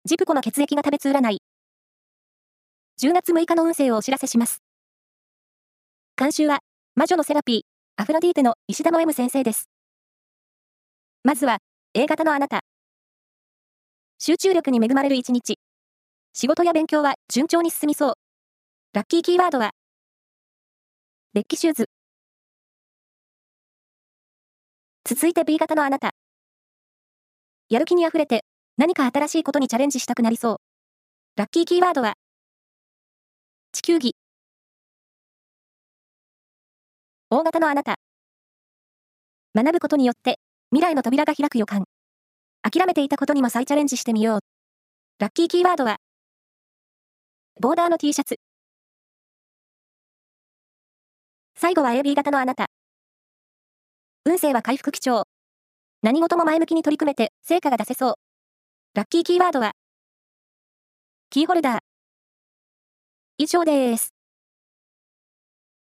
ジプコの血液が食べつ占い。10月6日の運勢をお知らせします。監修は、魔女のセラピー、アフロディーテの石田の M 先生です。まずは、A 型のあなた。集中力に恵まれる一日。仕事や勉強は順調に進みそう。ラッキーキーワードは、レッキシューズ。続いて B 型のあなた。やる気にあふれて、何か新しいことにチャレンジしたくなりそう。ラッキーキーワードは、地球儀。O 型のあなた。学ぶことによって、未来の扉が開く予感。諦めていたことにも再チャレンジしてみよう。ラッキーキーワードは、ボーダーの T シャツ。最後は AB 型のあなた。運勢は回復基調。何事も前向きに取り組めて成果が出せそう。ラッキーキーワードは、キーホルダー。以上です。